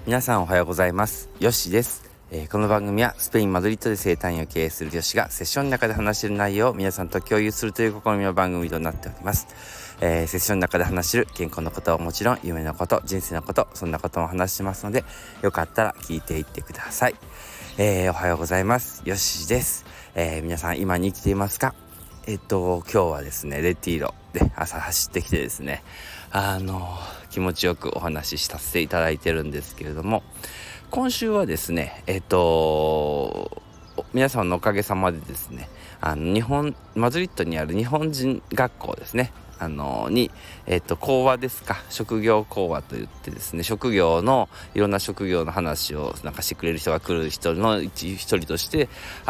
皆さんおはようございます。よしです。この番組はスペイン・マドリッドで生態院を経営するよしがセッションの中で話している内容を皆さんと共有するという試みの番組となっております。セッションの中で話している健康のことはもちろん夢のこと、人生のこと、そんなことも話してますので、よかったら聞いていってください。おはようございます。よしです。皆さん今に生きていますか？今日はですね、レティーロで朝走ってきてですね、気持ちよくお話しさせていただいてるんですけれども、今週はですね、皆さんのおかげさまでですね、マドリッドにある日本人学校ですね、講話ですか、職業講話といってですね、いろんな職業の話をなんかしてくれる人が来る人の一人として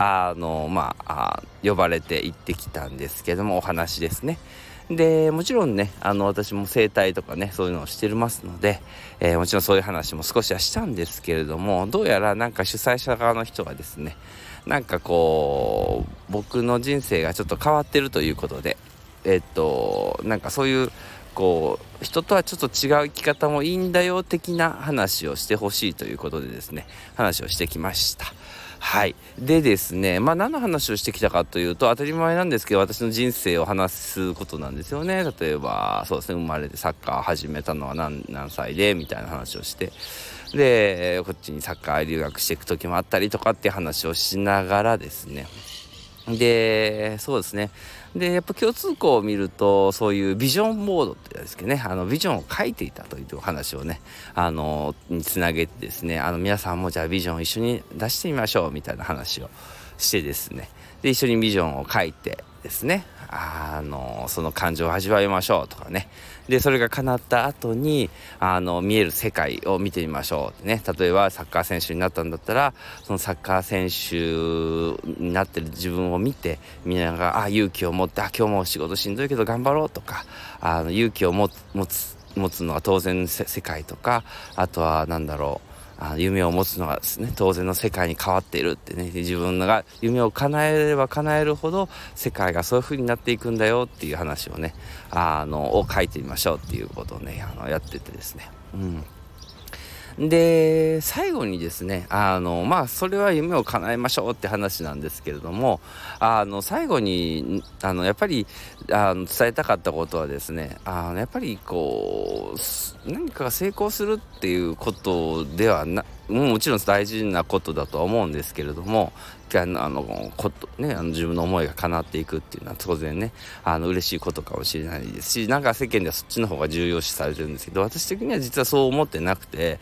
呼ばれて行ってきたんですけども、お話ですね。でもちろんね、私も整体とかね、そういうのをしてますので、もちろんそういう話も少しはしたんですけれども、どうやらなんか主催者側の人がですね、なんかこう僕の人生がちょっと変わってるということで、なんかそういう人とはちょっと違う生き方もいいんだよ的な話をしてほしいということでですね、話をしてきました。はい。でですね、何の話をしてきたかというと、当たり前なんですけど、私の人生を話すことなんですよね。例えばそうですね、生まれてサッカーを始めたのは何歳でみたいな話をして、でこっちにサッカー留学していく時もあったりとかっていう話をしながらですね、でそうですね、でやっぱ共通項を見ると、そういうビジョンボードってやつですけどね、ビジョンを書いていたという話をね、につなげてですね、皆さんもじゃあビジョンを一緒に出してみましょうみたいな話をしてですね、で一緒にビジョンを書いてですね、その感情を味わいましょうとかね、でそれが叶った後に見える世界を見てみましょうってね。例えばサッカー選手になったんだったら、そのサッカー選手になってる自分を見て、みんなが勇気を持って、今日も仕事しんどいけど頑張ろうとか、勇気を持つのは当然世界とか、あとは夢を持つのがですね、当然の世界に変わっているってね。自分が夢を叶えれば叶えるほど世界がそういう風になっていくんだよっていう話をね、書いてみましょうっていうことをね、やっててですね。で最後にですね、それは夢を叶えましょうって話なんですけれども、最後にやっぱり伝えたかったことはですね、やっぱり何かが成功するっていうことではもちろん大事なことだとは思うんですけれども、自分の思いが叶っていくっていうのは当然ね、嬉しいことかもしれないですし、なんか世間ではそっちの方が重要視されてるんですけど、私的には実はそう思ってなくて、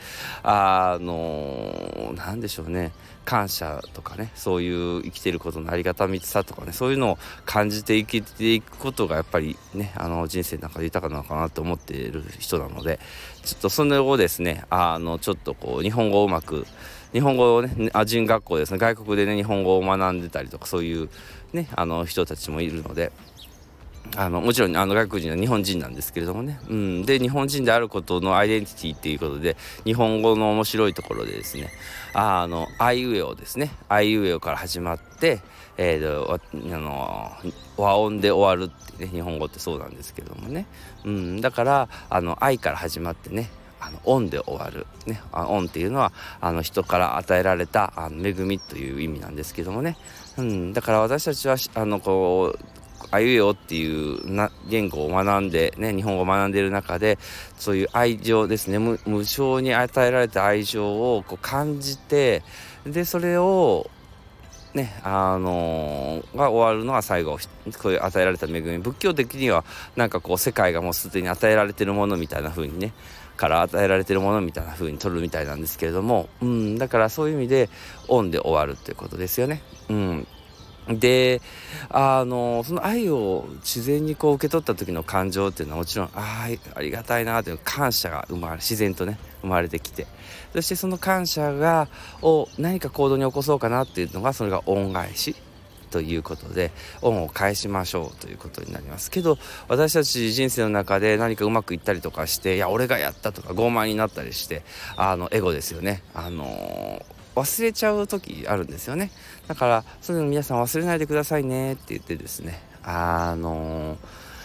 なんでしょうね、感謝とかね、そういう生きてることのありがたみさとかね、そういうのを感じて生きていくことがやっぱりね、人生の中で豊かなのかなと思っている人なので、ちょっとそれをですね、ちょっと日本語を日本語をね、人学校ですね、外国でね日本語を学んでたりとか、そういうね人たちもいるので、もちろん外国人は日本人なんですけれどもね、で日本人であることのアイデンティティっていうことで、日本語の面白いところでですね、あいうえおですね、あいうえおから始まって、和音で終わるってね、日本語ってそうなんですけどもね、だから愛から始まってね、恩で終わる、ね、恩っていうのは人から与えられた恵みという意味なんですけどもね、だから私たちはあいうえおっていう言語を学んでね、日本語を学んでいる中で、そういう愛情ですね、無償に与えられた愛情を感じて、でそれをね、が終わるのが最後、こういう与えられた恵み、仏教的には世界がもうすでに与えられているものみたいな風にね、から与えられているものみたいな風に取るみたいなんですけれども、だからそういう意味でオンで終わるっていうことですよね。でその愛を自然に受け取った時の感情っていうのは、もちろんありがたいなという感謝が自然とね生まれてきて、そしてその感謝を何か行動に起こそうかなっていうのが、それが恩返しということで、恩を返しましょうということになりますけど、私たち人生の中で何かうまくいったりとかして、いや俺がやったとか傲慢になったりして、エゴですよね、忘れちゃう時あるんですよね。だからそういうの皆さん忘れないでくださいねって言ってですね、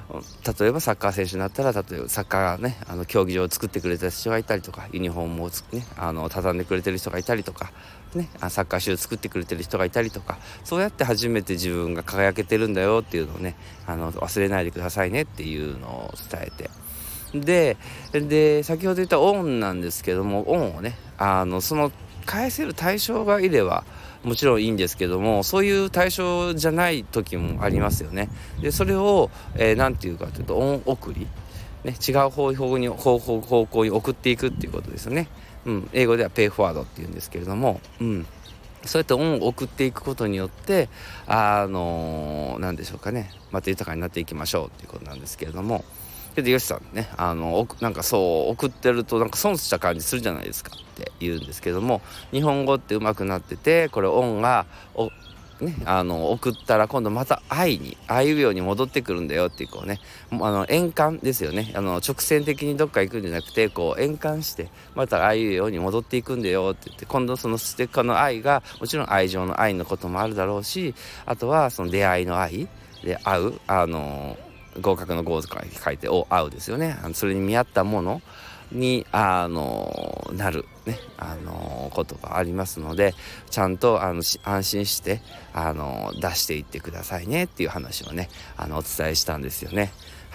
例えばサッカー選手になったら、例えばサッカーね競技場を作ってくれた人がいたりとか、ユニフォームをね畳んでくれてる人がいたりとかね、サッカーシューズ作ってくれてる人がいたりとか、そうやって初めて自分が輝けてるんだよっていうのをね忘れないでくださいねっていうのを伝えて、で先ほど言った恩なんですけども、恩をねその返せる対象がいればもちろんいいんですけども、そういう対象じゃない時もありますよね。でそれをなんていうかというと、恩送り、ね、違う方向に送っていくっていうことですよね。英語ではペイフォワードっていうんですけれども、そうやって恩を送っていくことによってなんでしょうかね、また豊かになっていきましょうっていうことなんですけれども、でよしさんねなんかそう送ってるとなんか損した感じするじゃないですかって言うんですけども、日本語って上手くなってて、これ恩が送ったら今度またあいうように戻ってくるんだよっていうね、円環ですよね。直線的にどっか行くんじゃなくて、円環してまたああいうように戻っていくんだよって言って、今度そのステッカーの愛がもちろん愛情の愛のこともあるだろうし、あとはその出会いの愛で会う合格の合とか書いて会うですよね。それに見合ったものになるねことがありますので、ちゃんと安心して出していってくださいねっていう話をねお伝えしたんですよね。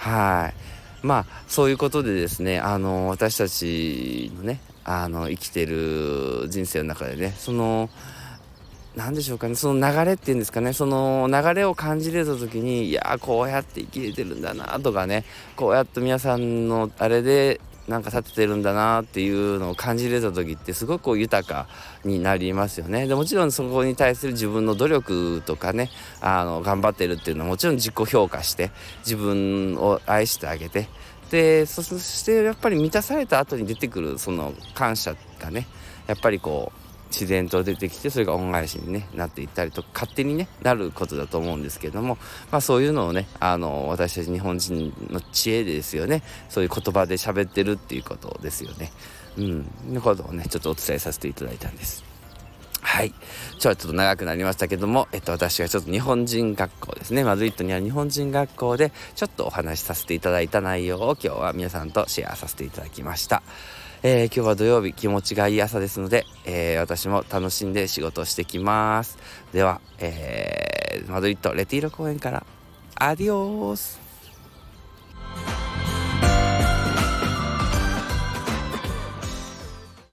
そういうことでですね、私たちのね生きてる人生の中でね、なんでしょうかね、その流れっていうんですかね、その流れを感じれた時に、いやこうやって生きれてるんだなとかね、こうやって皆さんのあれでなんか立ててるんだなっていうのを感じれた時ってすごく豊かになりますよね。でもちろんそこに対する自分の努力とかね頑張ってるっていうのはもちろん自己評価して自分を愛してあげて、でそしてやっぱり満たされた後に出てくるその感謝がね、やっぱり自然と出てきて、それが恩返しに、ね、なっていったりと勝手にねなることだと思うんですけども、そういうのをね私たち日本人の知恵ですよね。そういう言葉で喋ってるっていうことですよね。のことをねちょっとお伝えさせていただいたんです。はい、ちょっと長くなりましたけども、私がちょっと日本人学校ですね、マドリッドにある日本人学校でちょっとお話しさせていただいた内容を今日は皆さんとシェアさせていただきました。今日は土曜日、気持ちがいい朝ですので、私も楽しんで仕事をしてきます。では、マドリッドレティーロ公園からアディオース。